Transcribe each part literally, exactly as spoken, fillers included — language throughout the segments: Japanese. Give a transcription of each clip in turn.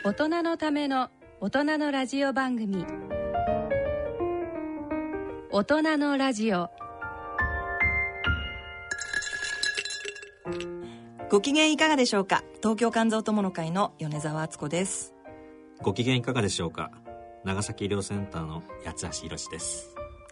大人のための大人のラジオ番組、大人のラジオ。 ご機嫌いかがでしょうか。東京肝臓友の会の米澤敦子です。 ご機嫌いかがでしょうか。長崎医療センターの八橋宏です。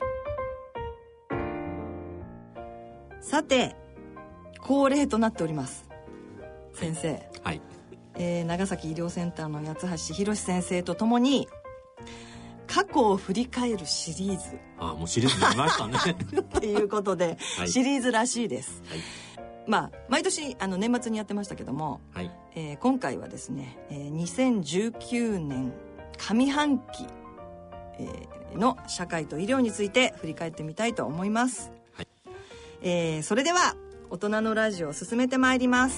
さて、恒例となっております、先生。 はい、 えー、長崎医療センターの八橋宏先生とともに過去を振り返るシリーズ。 ああ、もうシリーズになりましたねということで、はい、シリーズらしいです、はい。まあ、毎年あの年末にやってましたけども、はい、えー、今回はですね、えー、にせんじゅうきゅうねん上半期、えー、の社会と医療について振り返ってみたいと思います、はい。えー、それでは大人のラジオを進めてまいります。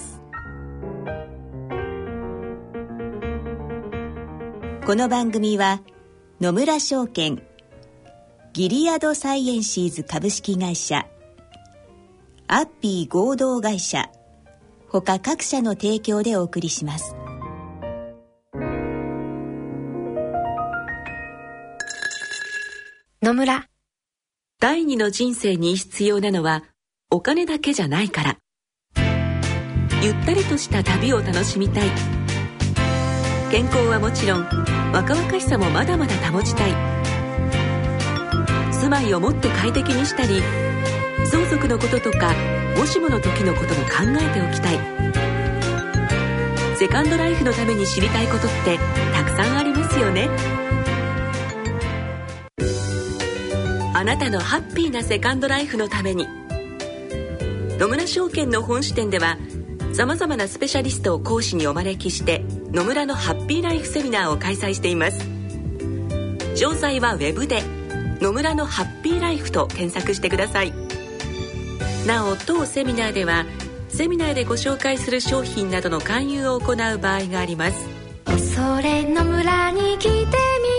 この番組は野村証券、ギリアドサイエンシーズ株式会社、アッピー合同会社他各社の提供でお送りします。 野村、第二の人生に必要なのはお金だけじゃないから。ゆったりとした旅を楽しみたい。健康はもちろん若々しさもまだまだ保ちたい。住まいをもっと快適にしたり、相続のこととかもしもの時のことも考えておきたい。セカンドライフのために知りたいことってたくさんありますよね。あなたのハッピーなセカンドライフのために、野村証券の本支店ではさまざまなスペシャリストを講師にお招きして野村のハッピーライフセミナーを開催しています。詳細はウェブで野村のハッピーライフと検索してください。なお、当セミナーではセミナーでご紹介する商品などの勧誘を行う場合があります。 それ野村に来てみよ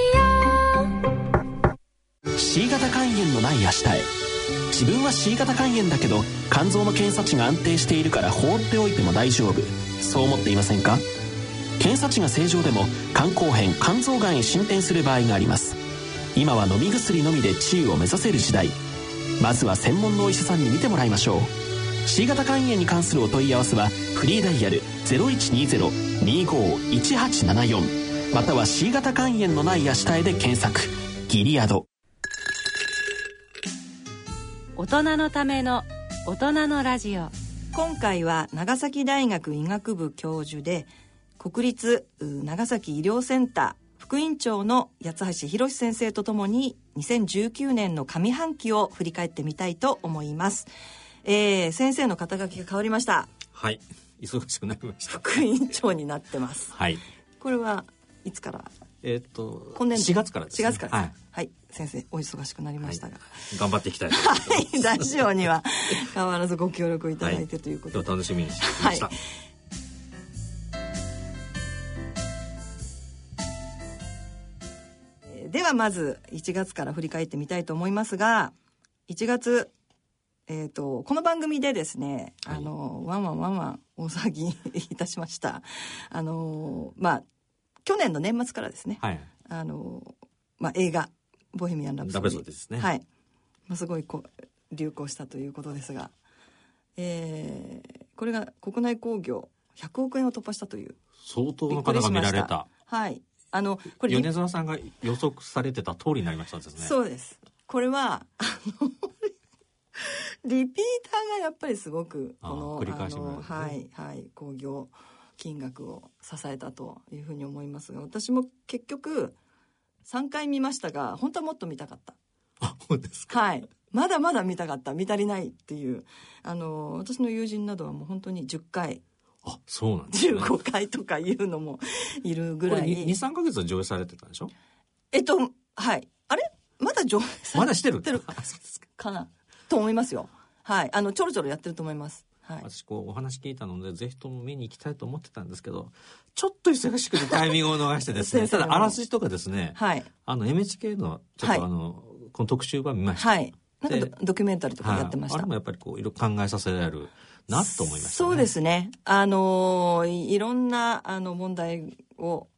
う。 C 型肝炎のない明日へ。自分は C 型肝炎だけど肝臓の検査値が安定しているから放っておいても大丈夫、そう思っていませんか。検査値が正常でも肝硬変、肝臓がんへ進展する場合があります。今は飲み薬のみで治癒を目指せる時代。まずは専門のお医者さんに見てもらいましょう。 C 型肝炎に関するお問い合わせはフリーダイヤル ゼロいちにゼロ にごいちはちななよん または C 型肝炎のない明日へで検索。ギリアド。 大人のための大人のラジオ。 今回は長崎大学医学部教授で国立長崎医療センター副院長の八橋宏先生とともににせんじゅうきゅうねんの上半期を振り返ってみたいと思います。えー、先生の肩書きが変わりました。 はい、忙しくなりました。 副院長になってます。 はい。 これはいつから？ えー、っと今年度しがつからですね。 しがつから、 はい、 はい、先生お忙しくなりましたが、はい、 頑張っていきたいと思います。 はい、ラジオには変わらずご協力いただいてということで、 はい、今日楽しみにしてきました。はい 、ではまずいちがつから振り返ってみたいと思いますが、いちがつ、えー、とこの番組でですね、はい、あのワンワンワンワン大騒ぎいたしました。あのまあ去年の年末からですね、はい、あのまあ、映画ボヘミアン・ラプソディですね、はい、まあ、すごいこう流行したということですが、えー、これが国内興行ひゃくおくえんを突破したという。 相当の方が見られた。 はい、あのこれ米沢さんが予測されてた通りになりましたですね。 そうです。これはあのリピーターがやっぱりすごくこの繰り返しも、ね、 はいはい興行金額を支えたというふうに思いますが、私も結局さんかい見ましたが本当はもっと見たかった。 あ、そうですか。 はい、まだまだ見たかった、見足りないっていう、あの私の友人などはもう本当にじゅっかい、 あ、そうなんですね、 じゅうごかいとかいうのもいるぐらい。これ にさんかげつは上映されてたんでしょ。 えっとはいあれまだ上映されてるまだしてるかなと思いますよ。はい、あのちょろちょろやってると思います。はい、 私こうお話聞いたのでぜひとも見に行きたいと思ってたんですけど、ちょっと忙しくてタイミングを逃してですねただあらすじとかですね、はい、あの エヌエイチケー のちょっとあの、はい、この特集版見ました。はい、 なんか ド, ドキュメンタリーとかやってました。 はい、あれもやっぱりこういろいろ考えさせられるなと思いましたね。 そうですね、あのいろんなあの問題を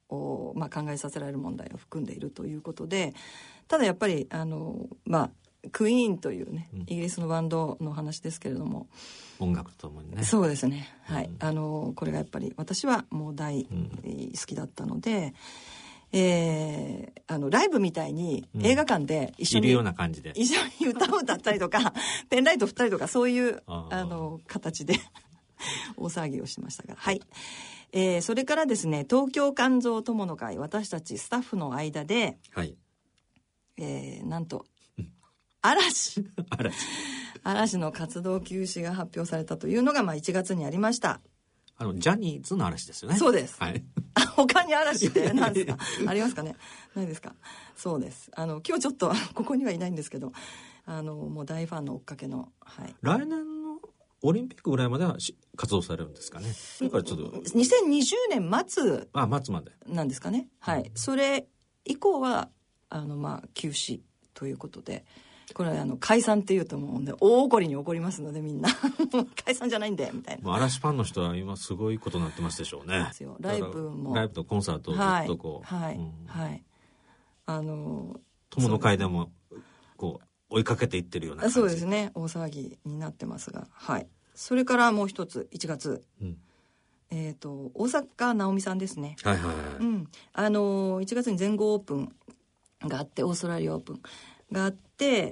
まあ、考えさせられる問題を含んでいるということで、ただやっぱりあの、まあ、クイーンというね、イギリスのバンドの話ですけれども、 音楽ともにね。 そうですね、はい、うん、あのこれがやっぱり私はもう大好きだったので、うん、えー、あのライブみたいに映画館で一緒に、 うん、いるような感じで一緒に歌を歌ったりとかペンライト振ったりとか、そういうああの形で大騒ぎをしましたが、はい、えー、それからですね、東京肝臓友の会、私たちスタッフの間で、はい、えー、なんと嵐嵐嵐の活動休止が発表されたというのが、まあ、いちがつにありました。 あのジャニーズの嵐ですよね。 そうです、 はい、 他に嵐って何ですかありますかね、ないですか。そうです。あの今日ちょっとここにはいないんですけど、あのもう大ファンの追っかけの、はい、 来年のオリンピックぐらいまでは活動されるんですかね。それからちょっとにせんにじゅうねん末あ末までなんですかね。はい、うん、それ以降はあの、まあ、休止ということで、これはあの解散っていうと思うんで大怒りに怒りますので、みんな解散じゃないんでみたいな。 嵐ファンの人は今すごいことになってますでしょうね。 ライブもライブとコンサートをずっとこう、 はい、うん、はい、あの友の会でもこう追いかけていってるような感じ。 そうですね、大騒ぎになってますが、はい。それからもう一つ、いちがつ、うん、えっ、ー、と大坂なおみさんですね。 はいはいはい、 うん、あのいちがつに全豪オープンがあって、オーストラリアオープンがあって、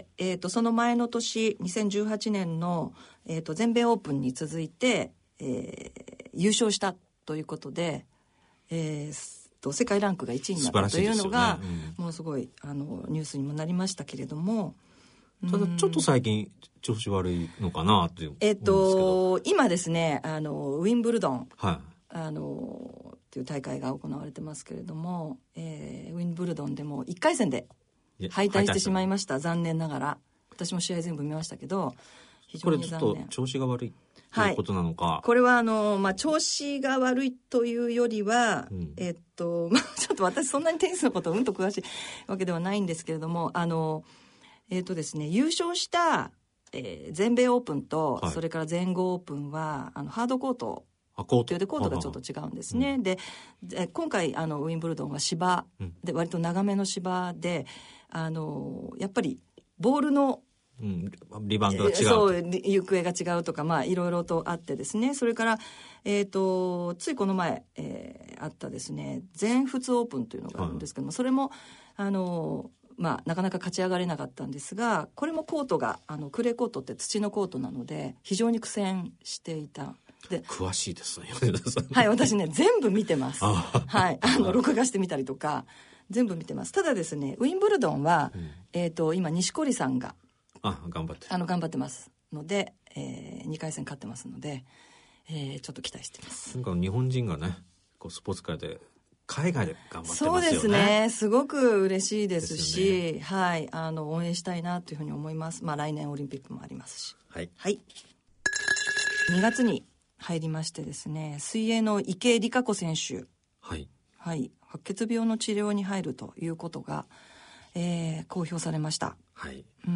えー、とその前の年にせんじゅうはちねんの、えー、と全米オープンに続いて、えー、優勝したということで、えー、と世界ランクがいちいになったというのが、ね、うん、もうすごいあのニュースにもなりましたけれども、 ただちょっと最近調子悪いのかなっていう、 えっ、ー、と今ですね、あのウィンブルドン、 はい、 あのっていう大会が行われてますけれども、えー、ウィンブルドンでもいっかい戦で敗退してしまいました。残念ながら。私も試合全部見ましたけど、非常に残念。 これちょっと調子が悪いということなのか、はい、 これはあの、まあ、調子が悪いというよりは、うん、えっと、まあ、ちょっと私そんなにテニスのことうんと詳しいわけではないんですけれども、あのえっとですね、優勝した、えー、全米オープンと、はい、それから全豪オープンはあのハードコートというでコートがちょっと違うんですね。うん、で今回あのウィンブルドンは芝で、割と長めの芝で、あのやっぱりボールの、 うん、リバウンドが違う、 そう行方が違うとか、まあいろいろとあってですね、それから、えー、とついこの前、えー、あったですね全仏オープンというのがあるんですけども、はい、それもあのまあ、なかなか勝ち上がれなかったんですが、これもコートがあのクレーコートって土のコートなので非常に苦戦していた。 で詳しいですねはい、私ね全部見てます。はい、あの録画してみたりとか全部見てます。ただですね、ウィンブルドンは、うん、えー、と今錦織さんがあ頑張ってあの頑張ってますので、えー、にかい戦勝ってますので、えー、ちょっと期待してます。 なんか日本人がねこうスポーツ界で海外で頑張ってますよね。 そうですね、すごく嬉しいですし、です、ね、はい、あの応援したいなというふうに思います。まあ来年オリンピックもありますし、 はい、 はい、にがつに入りましてですね、水泳の池江璃花子選手、 はいはい、白血病の治療に入るということが、えー、公表されました。 はい、 うん、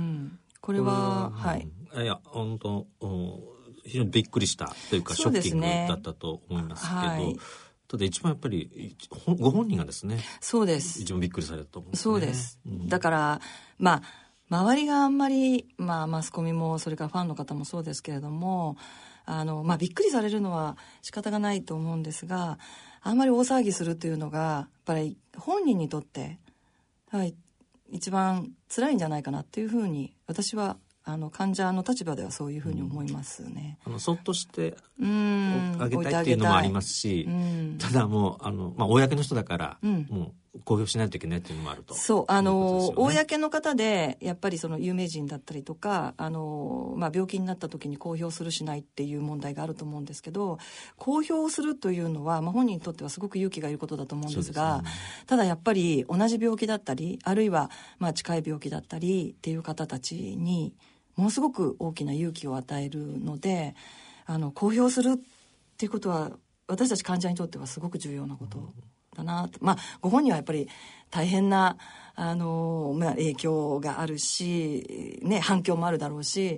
これは、はい、 いや本当非常にびっくりしたというかショッキングだったと思いますけど、はい、ただ一番やっぱりご本人がですね、 そうです、 一番びっくりされたと思うんですね。 そうです、うん、だからまあ周りがあんまり、まあ、マスコミもそれからファンの方もそうですけれども、あの、まあ、びっくりされるのは仕方がないと思うんですが、あんまり大騒ぎするというのがやっぱり本人にとって、はい、一番辛いんじゃないかなっていうふうに私はあの患者の立場ではそういうふうに思いますね。 うん、あのそっとしてあげたいっていうのもありますし、うん、ただもうあの、まあ、公の人だから、うん、もう公表しないといけないっていうのもあると。 そう、あの、ね、公の方でやっぱりその有名人だったりとか、あの、まあ、病気になった時に公表するしないっていう問題があると思うんですけど、公表するというのは、まあ、本人にとってはすごく勇気がいることだと思うんですが、ですね、ただやっぱり同じ病気だったり、あるいはまあ近い病気だったりっていう方たちにものすごく大きな勇気を与えるので、あの公表するっていうことは私たち患者にとってはすごく重要なこと、うんだなと。まあ、ご本人はやっぱり大変なあの、まあ、影響があるし、ね、反響もあるだろうし、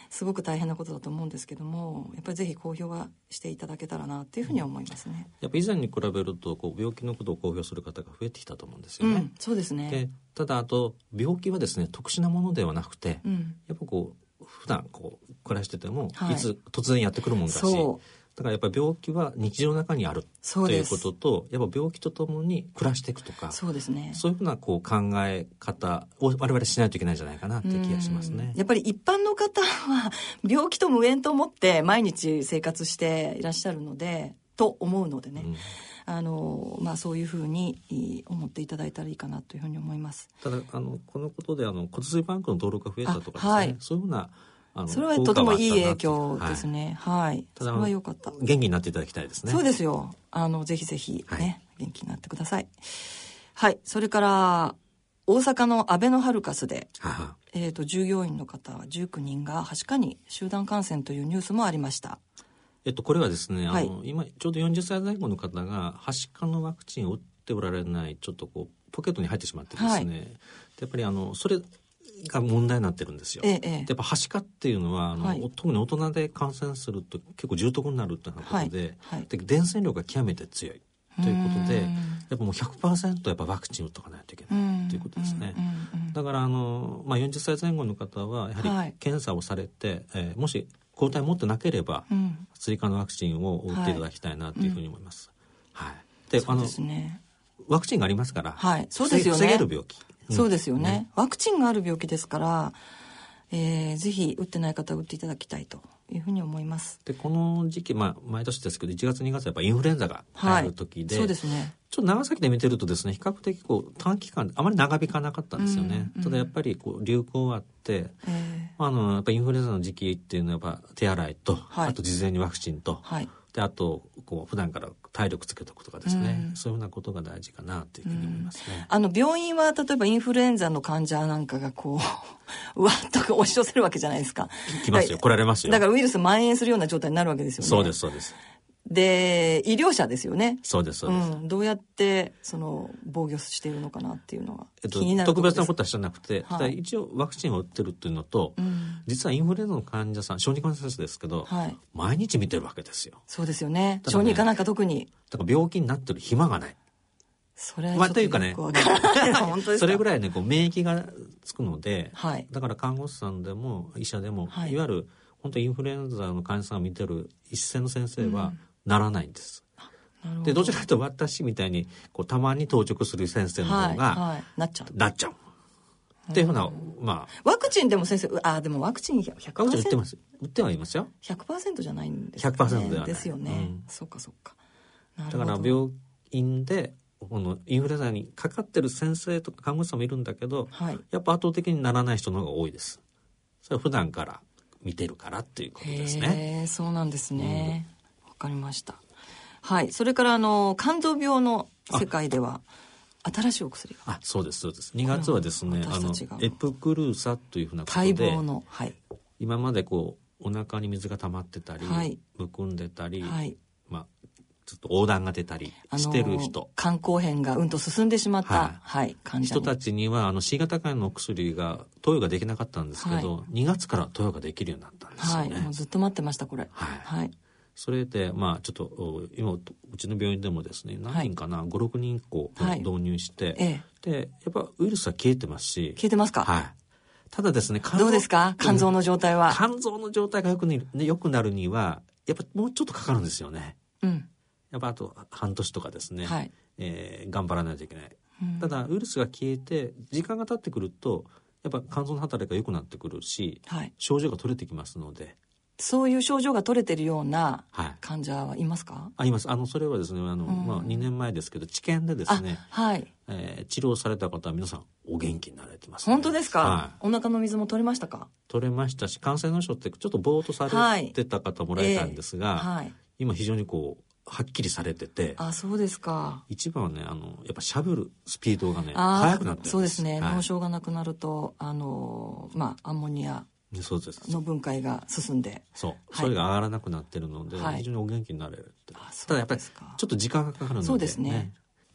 すごく大変なことだと思うんですけども、やっぱりぜひ公表はしていただけたらなっていうふうには思いますね。 やっぱ以前に比べるとこう病気のことを公表する方が増えてきたと思うんですよね、うん、 そうですね。でただあと病気はですね特殊なものではなくて、うん、やっぱこう普段こう暮らしてても、はい、いつ突然やってくるもんだし、だからやっぱり病気は日常の中にあるということと、やっぱ病気とともに暮らしていくとか、 そうですね、 そういうふうなこう考え方を我々しないといけないんじゃないかなって気がしますね。 やっぱり一般の方は病気と無縁と思って毎日生活していらっしゃるのでと思うのでね、うん、あのまあ、そういうふうに思っていただいたらいいかなというふうに思います。 ただあのこのことであの骨髄バンクの登録が増えたとかですね、はい、そういうふうなそれはとてもいい影響ですね。はい、はい、 ただそれは良かった。 元気になっていただきたいですね。 そうですよ。あのぜひぜひね、はい、元気になってください。はい。それから大阪のアベノハルカスで、ははえーと、従業員の方じゅうきゅうにんがはしかに集団感染というニュースもありました。 えっとこれはですね、はい、あの今ちょうどよんじゅっさいぜん後の方がはしかのワクチンを打っておられないちょっとこうポケットに入ってしまってですね、はい、でやっぱりあのそれが問題になってるんですよ。ええ、やっぱはしかっていうのはあの、はい、特に大人で感染すると結構重篤になるということで、はいはい、で伝染力が極めて強いということで、やっぱもう ひゃくパーセント やっぱワクチン打っとかないといけないということですね。だからあの、まあ、よんじゅっさいぜん後の方はやはり検査をされて、はい、えー、もし抗体持ってなければ、うん、追加のワクチンを打っていただきたいなというふうに思います。はい、はい、で、 そうですね、 あのワクチンがありますから、 はい、そうですよね、 防げる病気、 そうですよね、ね、ワクチンがある病気ですから、えー、ぜひ打ってない方は打っていただきたいというふうに思います。 でこの時期、まあ、毎年ですけどいちがつにがつはやっぱインフルエンザが流行る時で、 はい、そうですね、 ちょっと長崎で見てるとですね比較的こう短期間あまり長引かなかったんですよね、うんうん、ただやっぱりこう流行あって、えー、あのやっぱインフルエンザの時期っていうのはやっぱ手洗いと、はい、あと事前にワクチンと、はい、であとこう普段から体力つけておくとかですね、うん、そういうふうなことが大事かなというふうに思いますね、うん、 あの病院は例えばインフルエンザの患者なんかがこううわっと押し寄せるわけじゃないですか。 来ますよ、来られますよ。 だからウイルス蔓延するような状態になるわけですよね。 そうですそうです。 で医療者ですよね。 そうですそうです、 うん、どうやってその防御しているのかなっていうのは気になるところです。特別なことは知らなくて、はい、ただ一応ワクチンを打ってるっていうのと、うん、実はインフルエンザの患者さん小児感染者ですけど、はい、毎日見てるわけですよ。 そうですよね。小児科なんか特にだから病気になってる暇がない。 それはまあ、というかね本当ですか。 それぐらいねこう免疫がつくので、 はい、 だから看護師さんでも医者でも、はい、いわゆる本当インフルエンザの患者さんを見てる一線の先生は、うん、ならないんです。どでどちらかというと私みたいにこうたまに当直する先生の方が、はいはい、 なっちゃうなっちゃうっていうふうな、まあワクチンでも先生あでもワクチン ひゃくパーセントワクチン打ってます打ってはいますよ。 ひゃくパーセント じゃないんですかね。 ひゃくパーセント ではないですよね、うん、そうかそうか。なるほど。 だから病院でこのインフルエンザにかかってる先生とか看護師さんもいるんだけど、はい、やっぱ圧倒的にならない人の方が多いです。それは普段から見てるからっていうことですね。 へー、そうなんですね。わ、うん、かりました。はい。それからあの肝臓病の世界では新しいお薬が。 あ、そうですそうです。にがつはですね、あのエプクルーサというふうなことで、 待望の、はい、 今までこうお腹に水が溜まってたり、はい、むくんでたり、はい、まあちょっと横断が出たりしてる人、 肝硬変がうんと進んでしまった、はいはい、患者人たちにはあの C 型肝炎のお薬が投与ができなかったんですけど、はい、にがつから投与ができるようになったんですよね。 はい、もうずっと待ってましたこれ。 はい。はい、それでまあちょっと今うちの病院でもですね何人かな、はい、ごろくにんこう導入して、はい、でやっぱウイルスは消えてますし。 消えてますか。 はい。ただですね肝臓どうですか肝臓の状態は。 肝臓の状態がよく、ね、よくなるにはやっぱもうちょっとかかるんですよね。うん。やっぱあと半年とかですね、はい、えー、頑張らないといけない、うん、ただウイルスが消えて時間が経ってくるとやっぱ肝臓の働きが良くなってくるし、はい、症状が取れてきますので。 そういう症状が取れてるような患者はいますか。はい、 あいます。あのそれはですねあの、うん、まあ、にねんまえですけど治験でですね、はいえー、治療された方は皆さんお元気になられてます、ね、 本当ですか、はい、お腹の水も取れましたか。 取れましたし感染の人ってちょっとぼーっとされてた方もらえたんですが、はいえーはい、今非常にこうはっきりされてて。 あ、そうですか。 一番はねあのやっぱしゃべるスピードがね速くなってるんです。 そうですね、はい、脳症がなくなるとあの、まあ、アンモニアの分解が進んでそう、はい、それが上がらなくなってるので、はい、非常にお元気になれるって、はい、ただやっぱりちょっと時間がかかるので、ね、 そうですね。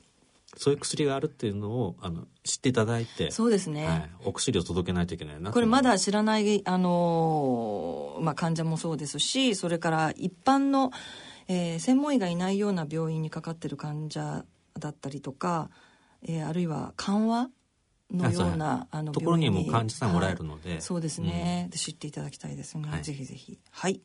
そういう薬があるっていうのをあの知っていただいて、 そうですね、 はい、お薬を届けないといけないな。 これまだ知らない、あのーまあ、患者もそうですし、それから一般の、えー、専門医がいないような病院にかかってる患者だったりとか、えー、あるいは緩和のようなあのところにも患者さんもらえるので、 はい、そうですね、 うん、 知っていただきたいですね、 はい、 ぜひぜひ。はい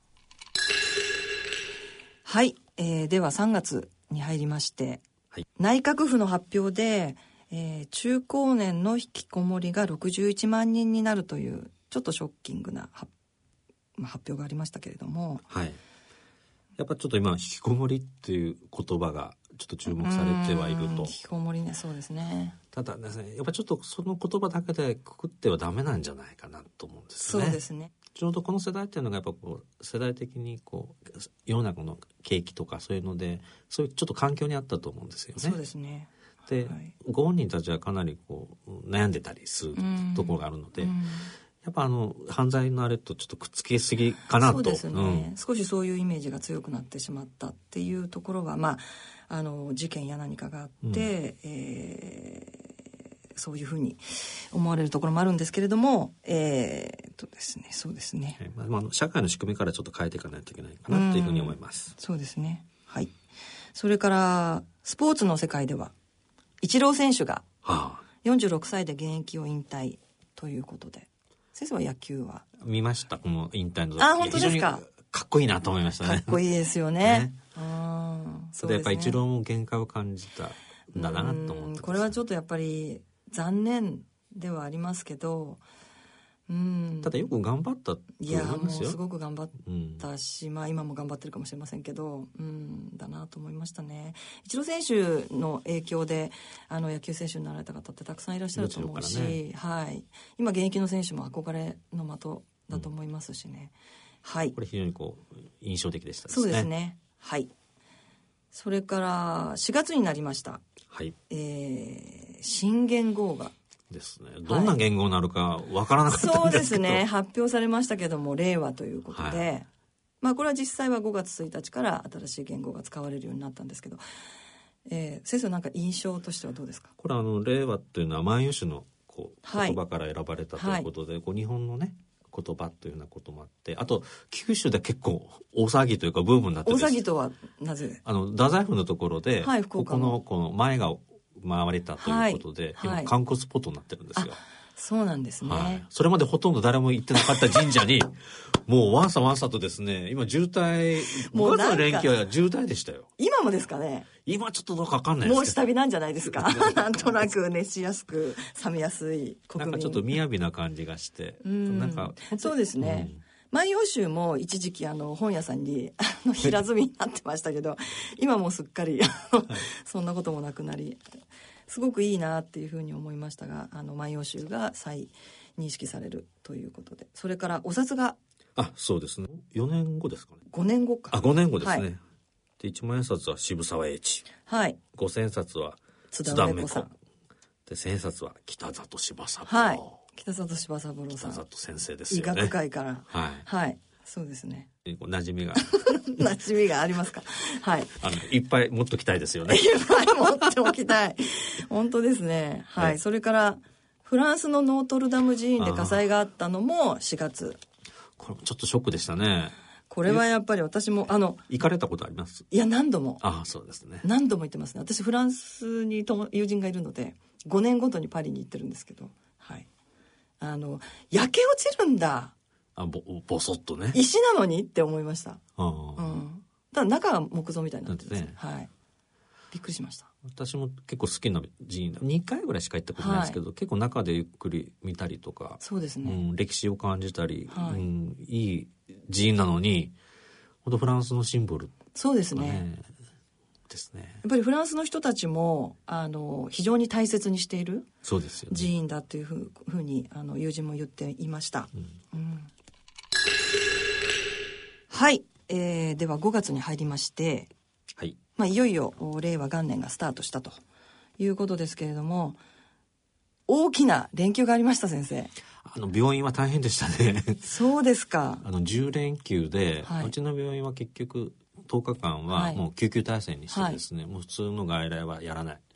はい、えー、ではさんがつに入りまして、はい、内閣府の発表で、えー、中高年の引きこもりがろくじゅういちまんにんになるというちょっとショッキングな発表がありましたけれども、 はい、やっぱちょっと今引きこもりっていう言葉がちょっと注目されてはいると。 引きこもりね、そうですね。 ただですね、やっぱちょっとその言葉だけでくくってはダメなんじゃないかなと思うんですね。 そうですね。 ちょうどこの世代っていうのがやっぱこう世代的にこう世の中の景気とかそういうのでそういうちょっと環境にあったと思うんですよね。 そうですね。 で、 はい、 ご本人たちはかなりこう悩んでたりするところがあるので、やっぱあの犯罪のあれとちょっとくっつけすぎかなと。 そうですね、 うん、 少しそういうイメージが強くなってしまったっていうところは、まあ、あの事件や何かがあって、うん、えーそういうふうに思われるところもあるんですけれども、えー、っとですね、そうですね、 えーまあ、社会の仕組みからちょっと変えていかないといけないかなというふうに思います。 うん、そうですね。はい。それからスポーツの世界ではイチロー選手がよんじゅうろくさいで現役を引退ということで、先生は野球は見ました。この引退の時。 あ、本当ですか。 かっこいいなと思いましたね。 かっこいいですよね。ね、あ、 それでやっぱりイチローも限界を感じたんだなと思って。 これはちょっとやっぱり残念ではありますけど、うん、 ただよく頑張ったと思いますよ。いや、もうすごく頑張ったし、うん、まあ今も頑張ってるかもしれませんけど、うん、だなと思いましたね。イチロー選手の影響であの野球選手になられた方ってたくさんいらっしゃると思うし、ね、はい、今現役の選手も憧れの的だと思いますしね、うん、はい、 これ非常にこう印象的でしたですね。 そうですね。はい。それからしがつになりました。 はい。 えー、新元号がですね。どんな元号になるかわからなかったんですけど、 はい、そうですね。発表されましたけども、令和ということで、はい、まあこれは実際はごがつついたちから新しい元号が使われるようになったんですけど、えー、先生なんか印象としてはどうですか？ これはあの令和というのは万葉集のこう言葉から選ばれたということで、はい、こう日本のね言葉というようなこともあって、あと九州で結構大騒ぎというかブームになって大騒ぎとはなぜ？ あの太宰府のところで、はい、 福岡ここのこの前が回れたということで、はい、今観光スポットになってるんですよ。 そうなんですね、はい、 それまでほとんど誰も行ってなかった神社にもうわんさわんさとですね、今渋滞、ごがつの連休は渋滞でしたよ。 今もですかね？ 今ちょっとどうか分かんないですけど、 もう下火なんじゃないですかなんとなく熱しやすく冷めやすい国民、 なんかちょっと雅な感じがしてなんかそうですね、うん、万葉集も一時期あの本屋さんにあの平積みになってましたけど今もうすっかりそんなこともなくなり、すごくいいなっていうふうに思いましたが、あの万葉集が再認識されるということで、それからお札があ、そうですね、よねんごですかね。 ごねんごか。 あ、ごねんごですね、はい、でいちまんえん札は渋沢栄一、 はい、 ごせんさつは津田梅子さんで、せんさつは北里柴三郎、 はい、北里柴三郎さん、 北里先生ですよね。 医学界からはい、 はい、そうですね、 馴染みが馴染みがありますか。はい、 あのいっぱい持っときたいですよね。 いっぱい持っておきたい本当ですね、はい、はい、それからフランスのノートルダム寺院で火災があったのもしがつ。 これちょっとショックでしたね。 これはやっぱり私もあの行かれたことあります？ いや、何度も。 ああ、そうですね、 何度も行ってますね。私フランスに友人がいるのでごねんごとにパリに行ってるんですけど、はい、あの焼け落ちるんだ、 あ、ぼぼそっとね、 石なのにって思いました。 あ、 うん、ただ中は木造みたいになってるんですね、はい、びっくりしました。私も結構好きな寺院、にかいぐらいしか行ったことないですけど、はい、結構中でゆっくり見たりとか、 そうですね、 うん、歴史を感じたり、 はい、 うん、いい寺院なのに本当フランスのシンボル、ね、 そうですねですね。 やっぱりフランスの人たちもあの非常に大切にしているそうですよね、 寺院だというふうにあの友人も言っていました、うんうん、はい、えー、ではごがつに入りまして、 はい、 まあ、いよいよ令和元年がスタートしたということですけれども、大きな連休がありました。先生、 あの病院は大変でしたねそうですか。 あのじゅうれんきゅうで、はい、うちの病院は結局とおかかんはもう救急体制にしてですね、はい、もう普通の外来はやらない、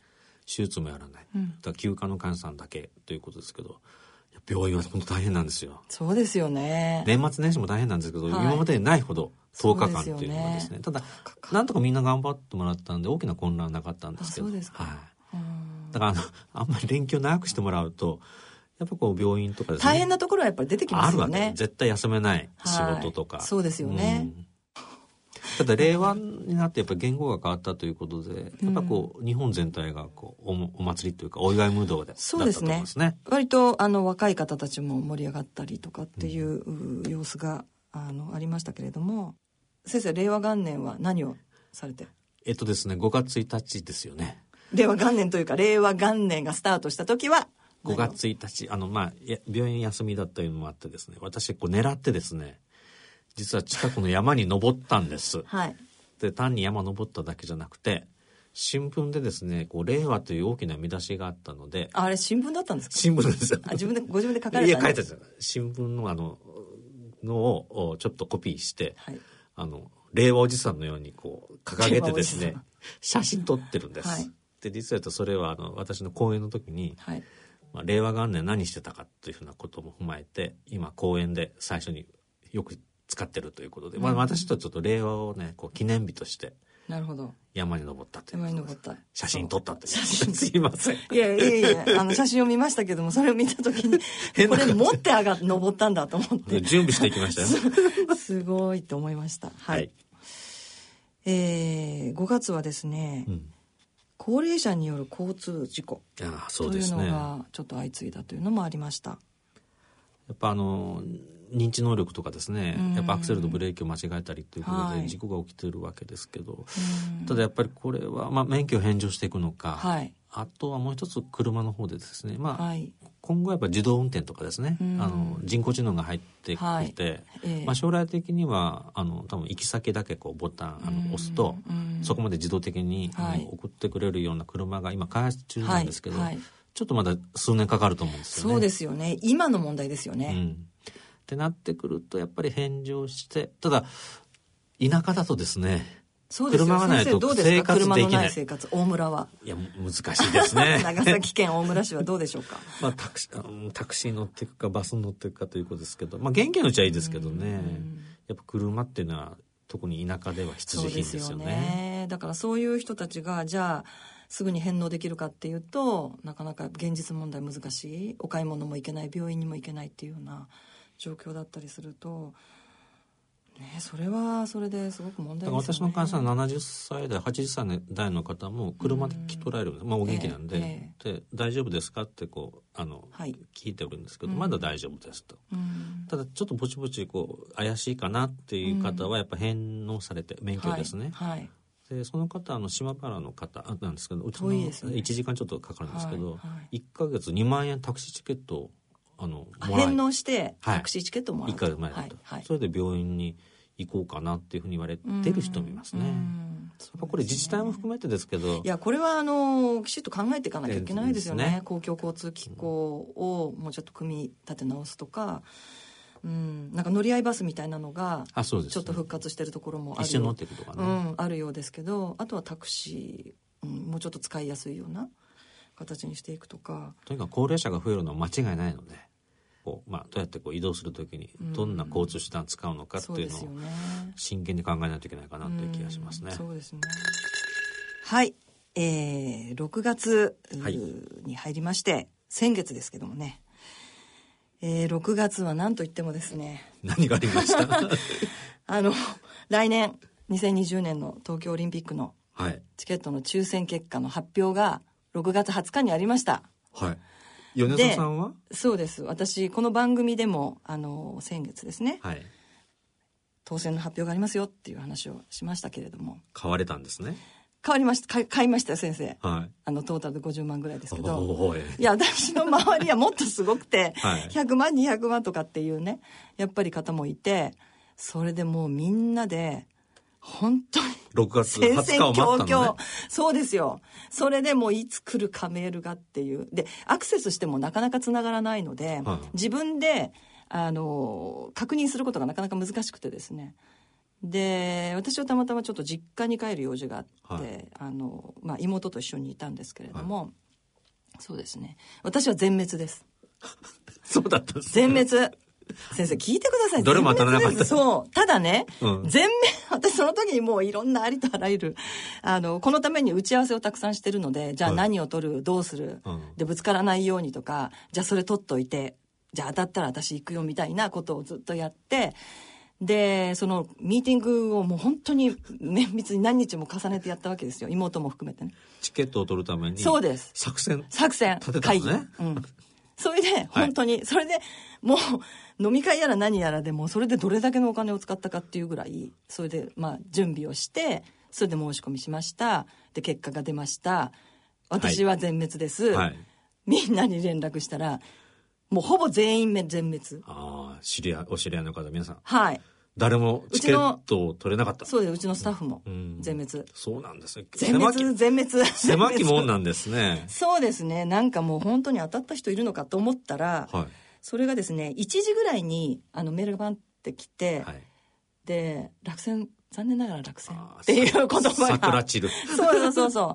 手術もやらない、うん、だから休暇の患者さんだけということですけど、病院は本当大変なんですよ。 そうですよね。 年末年始も大変なんですけど、はい、今までにないほどとおかかんというのはですね、ただなんとかみんな頑張ってもらったんで大きな混乱はなかったんですけど、 そうですか、 はい、だからあのあんまり連休長くしてもらうとやっぱこう病院とかですね、 大変なところはやっぱり出てきますよね。 あるわけ、絶対休めない仕事とか、 はい、そうですよね、うん、 ただ令和になってやっぱり言語が変わったということで、やっぱこう日本全体がこう お, お祭りというかお祝いムードでそうですね、だったと思いますね。割とあの若い方たちも盛り上がったりとかっていう様子が あ, のありましたけれども、先生令和元年は何をされて？ えっとですねごがつついたちですよね。 令和元年というか令和元年がスタートした時はごがつついたち、あのまあ病院休みだったいうのもあってですね、私こう狙ってですね、実は近くの山に登ったんです、 はい、 で単に山登っただけじゃなくて新聞でですねこう令和という大きな見出しがあったので、 あれ新聞だったんですか？ 新聞ですよ。 あ自分でご自分で書かれた、ね、 いや書いてたんです。新聞のあののをちょっとコピーして、はい、あの令和おじさんのようにこう掲げてですね写真撮ってるんです、はい、で実は言うとそれはあの私の講演の時に、はい、まあ、令和元年何してたかというふうなことも踏まえて今講演で最初によく使ってるということで、うん、まあ、私とちょっと令和をねこう記念日としてなるほど山に登ったという山に登った写真撮ったという写真すいません。 いやいやいやあの写真を見ましたけども、それを見た時にこれ持って上がって登ったんだと思って準備していきましたよすごいと思いました。はい、はい、えー、ごがつはですね、うん、高齢者による交通事故というのがちょっと相次いだというのもありました。 やっぱあの認知能力とかですね、やっぱアクセルとブレーキを間違えたりということで事故が起きているわけですけど、ただやっぱりこれはまあ免許を返上していくのか、はい、あとはもう一つ車の方でですね、まあはい、今後やっぱ自動運転とかですね、あの人工知能が入ってきて、はい、えーまあ、将来的にはあの多分行き先だけこうボタンあの押すとそこまで自動的に、はい、送ってくれるような車が今開発中なんですけど、はいはい、ちょっとまだ数年かかると思うんですよね。 そうですよね。今の問題ですよね。 うん、ってなってくるとやっぱり返上して、ただ田舎だとですね、 そうですよ。 車がないと生活できない。 車のない生活、大村は。 いや難しいですね長崎県大村市はどうでしょうか。 まあタクシー、タクシー乗っていくかバス乗っていくかということですけど、まあ元気のうちはいいですけどね、やっぱ車っていうのは特に田舎では必需品ですよね。そうですよね。 だからそういう人たちがじゃあすぐに返納できるかっていうとなかなか現実問題難しい。お買い物も行けない、病院にも行けないっていうような状況だったりすると、ね、それはそれですごく問題ですよね。 私の患者さんななじゅっさい代はちじゅっさい代の方も車で来とられる、まあ、お元気なんで、えーえー、で大丈夫ですかってこうあの、はい、聞いておるんですけど、まだ大丈夫ですと。ただちょっとぼちぼちこう怪しいかなっていう方はやっぱ返納されて、免許ですね、はいはい、でその方あの島原の方なんですけど、うちのいちじかんちょっとかかるんですけど、はいはい、いっかげつにまんえんタクシーチケットをあのもらい返納してタクシーチケットをもらうと、 はい、いっかげつまえだと、はいはい、それで病院に行こうかなっていうふうに言われてる人もいますね。うん、これ自治体も含めてですけど、 いやこれはあのきちっと考えていかなきゃいけないですよね。ね、公共交通機構をもうちょっと組み立て直すとか、うん、なんか乗り合いバスみたいなのがちょっと復活してるところもある、 一緒に乗っていくとかね、 うん、あるようですけど、あとはタクシー、うん、もうちょっと使いやすいような形にしていくとか。 とにかく高齢者が増えるのは間違いないので、こうまあ、どうやってこう移動するときにどんな交通手段を使うのかっていうのを真剣に考えないといけないかなという気がしますね。 うん、そうですね。はい、えー、ろくがつに入りまして、はい、先月ですけどもね、えー、ろくがつは何といってもですね、 何がありましたあの来年にせんにじゅうねんの東京オリンピックのチケットの抽選結果の発表がろくがつはつかにありました。 はい。米沢さんは？ そうです。私この番組でもあの先月ですね、はい、当選の発表がありますよっていう話をしましたけれども、 買われたんですね。 買われました。買い、買いましたよ先生、はい、あのトータルでごじゅうまんぐらいですけど、いや私の周りはもっとすごくて、はい、ひゃくまんにひゃくまんとかっていうねやっぱり方もいて、それでもうみんなで本当にろくがつはつかを待ったのね。 そうですよ。それでもういつ来るかメールがっていうで、アクセスしてもなかなかつながらないので、はい、自分であの確認することがなかなか難しくてですね、 で私はたまたまちょっと実家に帰る用事があって、 はい、 あのまあ、妹と一緒にいたんですけれども、はい、そうですね、私は全滅ですそうだったんですね。 全滅。先生聞いてください。 どれも当たらなかった。 そう。ただね、 うん、 全面、私その時にもういろんなありとあらゆる、あの、このために打ち合わせをたくさんしてるので、じゃあ何を取る、はい、どうする、うん、で、ぶつからないようにとか、じゃあそれ取っといて、じゃあ当たったら私行くよみたいなことをずっとやって、で、そのミーティングをもう本当に綿密に何日も重ねてやったわけですよ。妹も含めてね。 チケットを取るために。 そうです。 作戦。 作戦。 立てたんですね。 うん。それで、本当に、はい、それでもう飲み会やら何やらでもそれでどれだけのお金を使ったかっていうぐらい、それでまあ準備をして、それで申し込みしました。で、結果が出ました。私は全滅です。はい、みんなに連絡したら、もうほぼ全員全滅。 ああ、知り合い、お知り合いの方、皆さん。 はい。 誰もチケットを取れなかった。 そうです、うちのスタッフも全滅。 うん、そうなんですね。 全滅、全滅。 狭きもんなんですね。 そうですね。なんかもう本当に当たった人いるのかと思ったら、はい、それがですね、いちじぐらいにあのメールがバンってきて、はい、で、落選、残念ながら落選っていう言葉が。 桜散る。 そうそうそうそう。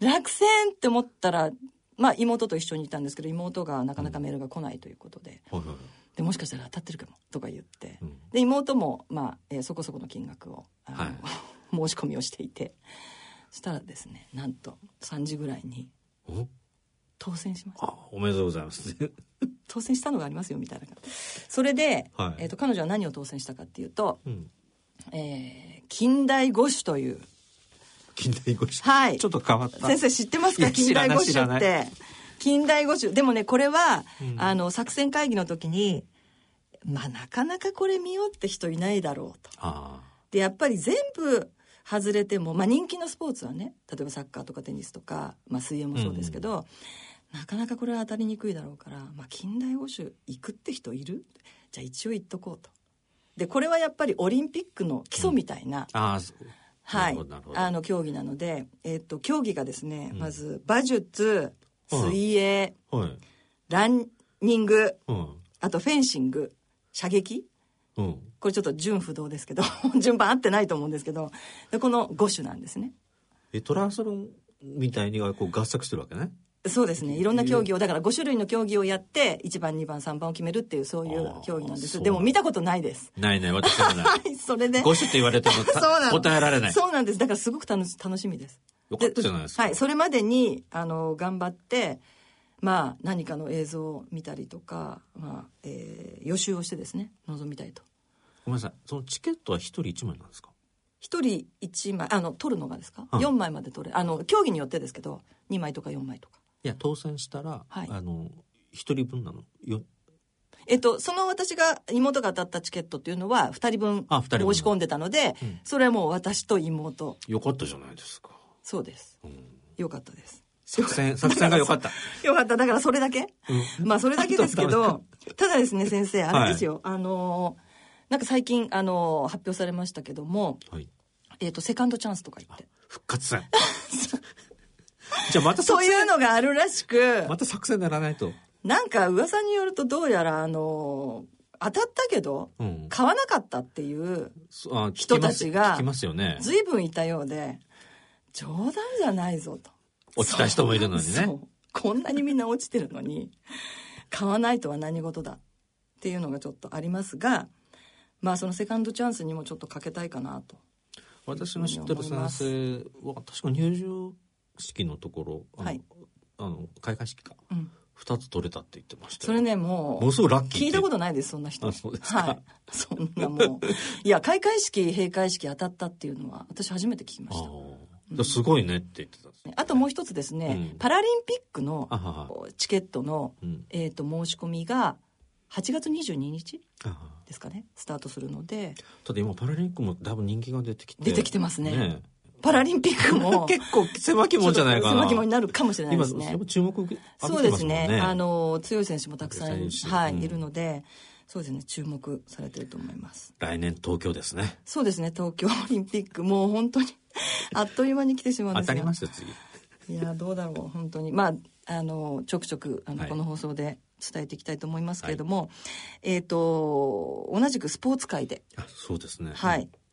落選って思ったら、まあ妹と一緒にいたんですけど、妹がなかなかメールが来ないということで。うん、はいはい、でもしかしたら当たってるかもとか言って、うん、で妹も、まあえー、そこそこの金額をあの、はい、申し込みをしていて、そしたらですね、なんとさんじぐらいに当選しました。 あ、おめでとうございます当選したのがありますよみたいな。それで、はい、えーと、彼女は何を当選したかっていうと、うん、えー、近代五種という。 近代五種、 はい、 ちょっと変わった。 先生知ってますか？近代五種って。近代五種。でもね、これは、うん、あの作戦会議の時に、まあなかなかこれ見ようって人いないだろうと。あ、でやっぱり全部外れても、まあ人気のスポーツはね、例えばサッカーとかテニスとか、まあ水泳もそうですけど、うん、なかなかこれは当たりにくいだろうから、まあ近代五種行くって人いる？じゃあ一応言っとこうと。でこれはやっぱりオリンピックの基礎みたいな。うん、ああ、はい、あの競技なので、えー、と競技がですね、うん、まず馬術、水泳、はい、ランニング、うん、あとフェンシング、射撃、うん、これちょっと順不動ですけど順番合ってないと思うんですけど、でこのご種なんですね。 えトランスロンみたいにこう合作してるわけね。 そうですね、いろんな競技をだからご種類の競技をやっていちばんにばんさんばんを決めるっていうそういう競技なんです。でも見たことないです。 ないない、私はないそれでご種って言われても答えられない。 そうなんです。だからすごく楽し楽しみです。 よかったじゃないですか。 はい、それまでにあの頑張ってまあ何かの映像を見たりとか、まあえー、予習をしてですね臨みたいと。 ごめんなさい、そのチケットは一人一枚なんですか？ 一人一枚、あの取るのがですか、うん、よんまいまで取れ、あの競技によってですけどにまいとかよんまいとか。 いや当選したら、はい、あの一人分なのよ。 えっと、その私が妹が当たったチケットっていうのはふたりぶん申し込んでたので、うん、それはもう私と妹。 よかったじゃないですか。 そうです、うん、よかったです。 作戦作戦がよかったよかった。だからそれだけ、うん、まあそれだけですけどただですね先生あれですよ、はい、あのなんか最近あの発表されましたけども、はい、えっとセカンドチャンスとか言って復活戦じゃあまたそういうのがあるらしく、 また作戦ならないと。 なんか噂によるとどうやらあの当たったけど、うん、買わなかったっていう人たちが随分いたようで、冗談じゃないぞと。 落ちた人もいるのにね。そう、 こんなにみんな落ちてるのに買わないとは何事だっていうのがちょっとありますが、まあそのセカンドチャンスにもちょっとかけたいかなと。 私の知ってる先生は確か入場式のところ、あの、はい、あの開会式か、うん、ふたつ取れたって言ってました。 それねもうもうすぐラッキー聞いたことないです、そんな人。 あ、そうですか。はい、 そんなもういや開会式閉会式当たったっていうのは私初めて聞きました。 うん、すごいねって言ってたんです、 ね。あともう一つですね、うん、パラリンピックのチケットの、うん、えー、と申し込みがはちがつにじゅうににちですかね、スタートするので。 ただ今パラリンピックもだいぶ人気が出てきて出てきてますね。ね、パラリンピックも結構狭き門じゃないかな。 狭き門になるかもしれないですね。 今注目浴びてますもんね。 そうですね。あの強い選手もたくさん、はい、うん、いるので、そうですね、注目されてると思います。 来年東京ですね。 そうですね、東京オリンピックもう本当にあっという間に来てしまうんですが。 当たりますよ次。 いやどうだろう本当に。まああのちょくちょくあの、はい、この放送で伝えていきたいと思いますけれども、はい、えっと同じくスポーツ界で。 あ、そうですね。 はい。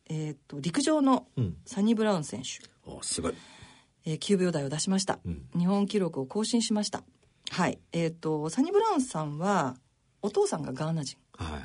えー、と陸上のサニブラウン選手、 うん、おすごい、 えー、きゅうびょう台を出しました、うん、日本記録を更新しました。はい、えー、とサニブラウンさんはお父さんがガーナ人、 はい、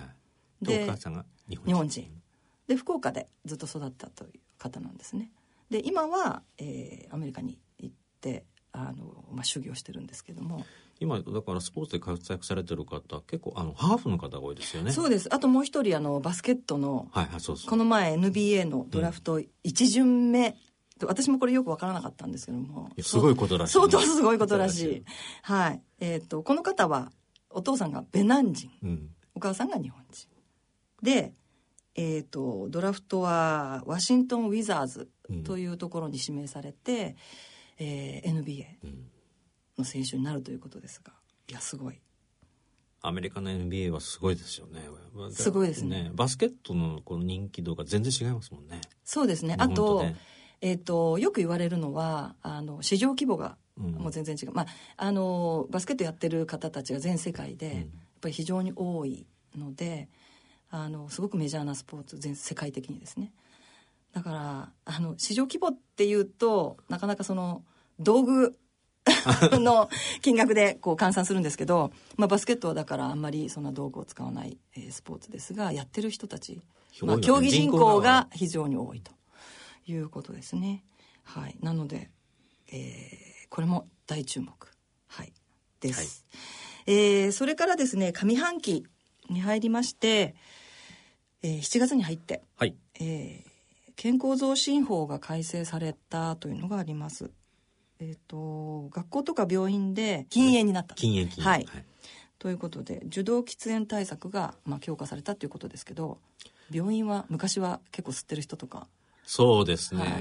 でお母さんが日本人、 日本人で福岡でずっと育ったという方なんですね。で今は、えー、アメリカに行ってあの、まあ、修行してるんですけども、 今だからスポーツで活躍されてる方結構あのハーフの方が多いですよね。 そうです。あともう一人あのバスケットの、 はいはい、そうそう、 この前 エヌビーエー のドラフトいち巡目、うん、私もこれよく分からなかったんですけども、 すごいことらしい、 相当すごいことらしい。はい、えー、とこの方はお父さんがベナン人、うん、お母さんが日本人で、えー、とドラフトはワシントン・ウィザーズというところに指名されて、うんえー、エヌビーエー の選手になるということですが、いやすごい。 アメリカの エヌビーエー はすごいですよね。 すごいですね。 バスケットのこの人気度が全然違いますもんね。 そうですね。あと、えー、とよく言われるのはあの市場規模がもう全然違う、うんまあ、あのバスケットやってる方たちが全世界で、うん、やっぱり非常に多いので、あのすごくメジャーなスポーツ、全世界的にですね。だからあの市場規模っていうとなかなかその道具の金額でこう換算するんですけど、まあ、バスケットはだからあんまりそんな道具を使わない、えー、スポーツですが、やってる人たち、まあ、競技人口が非常に多いということですね。はい、なので、えー、これも大注目、はい、です、はいえー、それからですね、上半期に入りまして、えー、しちがつに入って、 はいえー健康増進法が改正されたというのがあります。えーと、学校とか病院で禁煙になった。 禁煙禁煙、 はいはい、ということで受動喫煙対策が、まあ、強化されたということですけど、病院は昔は結構吸ってる人とか。 そうですね、はい、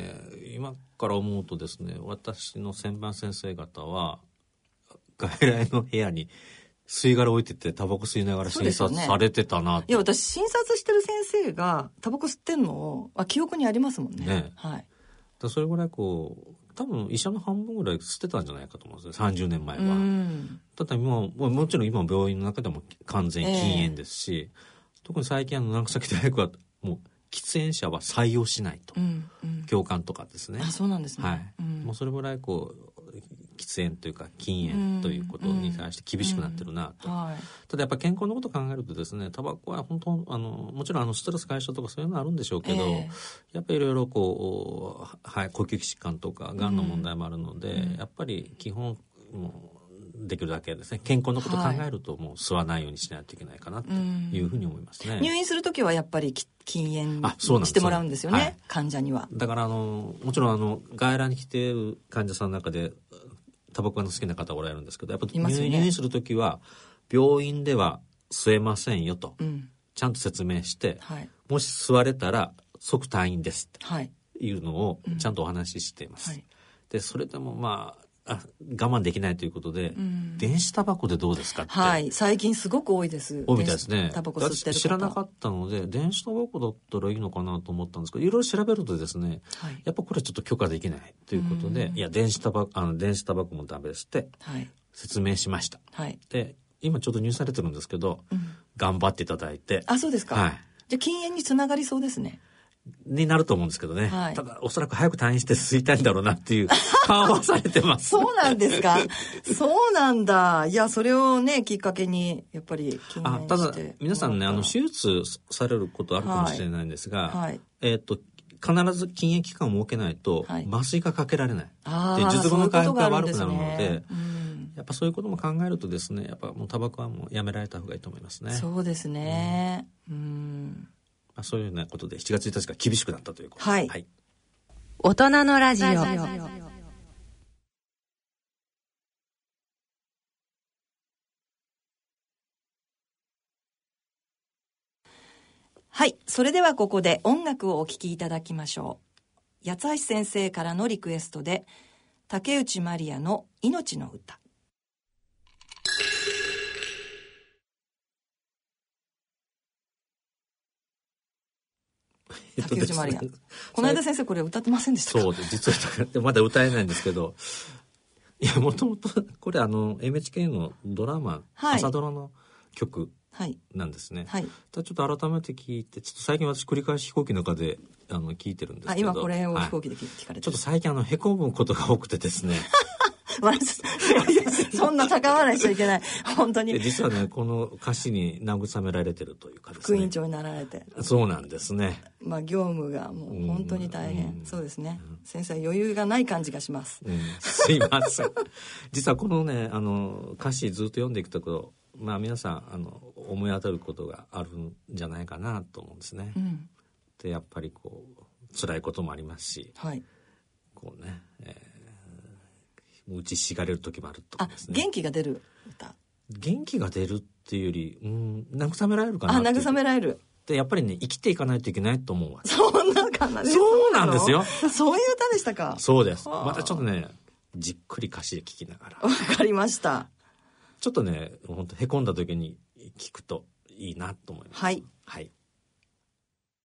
今から思うとですね、私の専番先生方は外来の部屋に吸い殻置いててタバコ吸いながら診察されてたなと、 ね、いや私診察してる先生がタバコ吸ってんのをあ記憶にありますもんね。 ね、 はい、 だそれぐらいこう多分医者の半分ぐらい吸ってたんじゃないかと思うんですね、さんじゅうねんまえは。うんただ今もちろん今病院の中でも完全禁煙ですし、えー、特に最近あの長崎大学はもう喫煙者は採用しないと、うんうん、教官とかですね。 あそうなんですね、 はいうん、もうそれぐらいこう喫煙というか禁煙ということに対して厳しくなってるなと、うんうんはい、ただやっぱ健康のことを考えるとですね、タバコは本当あのもちろんあのストレス解消とかそういうのあるんでしょうけど、えー、やっぱりいろいろこう、はい、呼吸器疾患とかがんの問題もあるので、うん、やっぱり基本もうできるだけですね、健康のことを考えるともう吸わないようにしないといけないかなというふうに思いますね、 うん、入院するときはやっぱり禁煙してもらうんですよね、はい、患者には。 だからあのもちろんあの外来に来ている患者さんの中でタバコが好きな方おられるんですけど、やっぱり入院するときは病院では吸えませんよと、うん、ちゃんと説明して、はい、もし吸われたら即退院ですっていうのをちゃんとお話ししています、うんはい、でそれでもまああ我慢できないということで、うん、電子タバコでどうですかって、 はい、最近すごく多いです。 多いみたいですね。 タバコ吸ってる方知らなかったので電子タバコだったらいいのかなと思ったんですけど、いろいろ調べるとですね、はい、やっぱこれはちょっと許可できないということで、いや電子タバコあの電子タバコもダメですって、はい、説明しました、はい、で今ちょっと入手されてるんですけど、うん、頑張っていただいて。 あそうですか、はい、じゃあ禁煙につながりそうですねになると思うんですけどね、はい、ただおそらく早く退院して吸いたいんだろうなっていう緩和されてますそうなんですかそうなんだ。いやそれをねきっかけにやっぱり禁煙して。あただ皆さんねあの手術されることあるかもしれないんですが、はいはい、えー、っと必ず禁煙期間を設けないと麻酔がかけられない、はい、で術後の回復が悪くなるので、うん、やっぱそういうことも考えるとですね、やっぱもうタバコはもうやめられた方がいいと思いますね。 そうですね、うん、うんまあ、そういうようなことでしちがつついたちから厳しくなったということです、 はいはい、 大人のラジオ。 はい、それではここで音楽をお聴きいただきましょう。八橋先生からのリクエストで竹内まりやの命の歌。竹内まりやこの間先生これ歌ってませんでしたか？ そうです実はまだ歌えないんですけど、いやもともとこれあの エヌエイチケー のドラマ、はい、朝ドラの曲なんですね、はいはい、ちょっと改めて聞いて、ちょっと最近私繰り返し飛行機の中であの聞いてるんですけど、 あ、今これを飛行機で聞かれてる、はい、 ちょっと最近あのへこむことが多くてですねそんな高笑いしちゃいけない本当に。 実はねこの歌詞に慰められてるというかですね、 副委員長になられて。 そうなんですね。 まあ業務がもう本当に大変、うん、そうですね、うん、先生余裕がない感じがします、 うん、すいません実はこのねあの歌詞ずっと読んでいくところ、まあ皆さんあの思い当たることがあるんじゃないかなと思うんですね、うん、でやっぱりこう辛いこともありますし、はい、こうね、えー、打ちひしがれる時もあるとかですね。 あ、元気が出る歌。 元気が出るっていうより、うん、慰められるかなっていう。 あ、慰められる。 でやっぱりね生きていかないといけないと思うわけ。 そんなかな。 そうなんですよ。 そういう歌でしたか。 そうです。またちょっとねじっくり歌詞で聞きながら。 わかりました。 ちょっとね本当へこんだ時に聞くといいなと思います。 はい。 はい。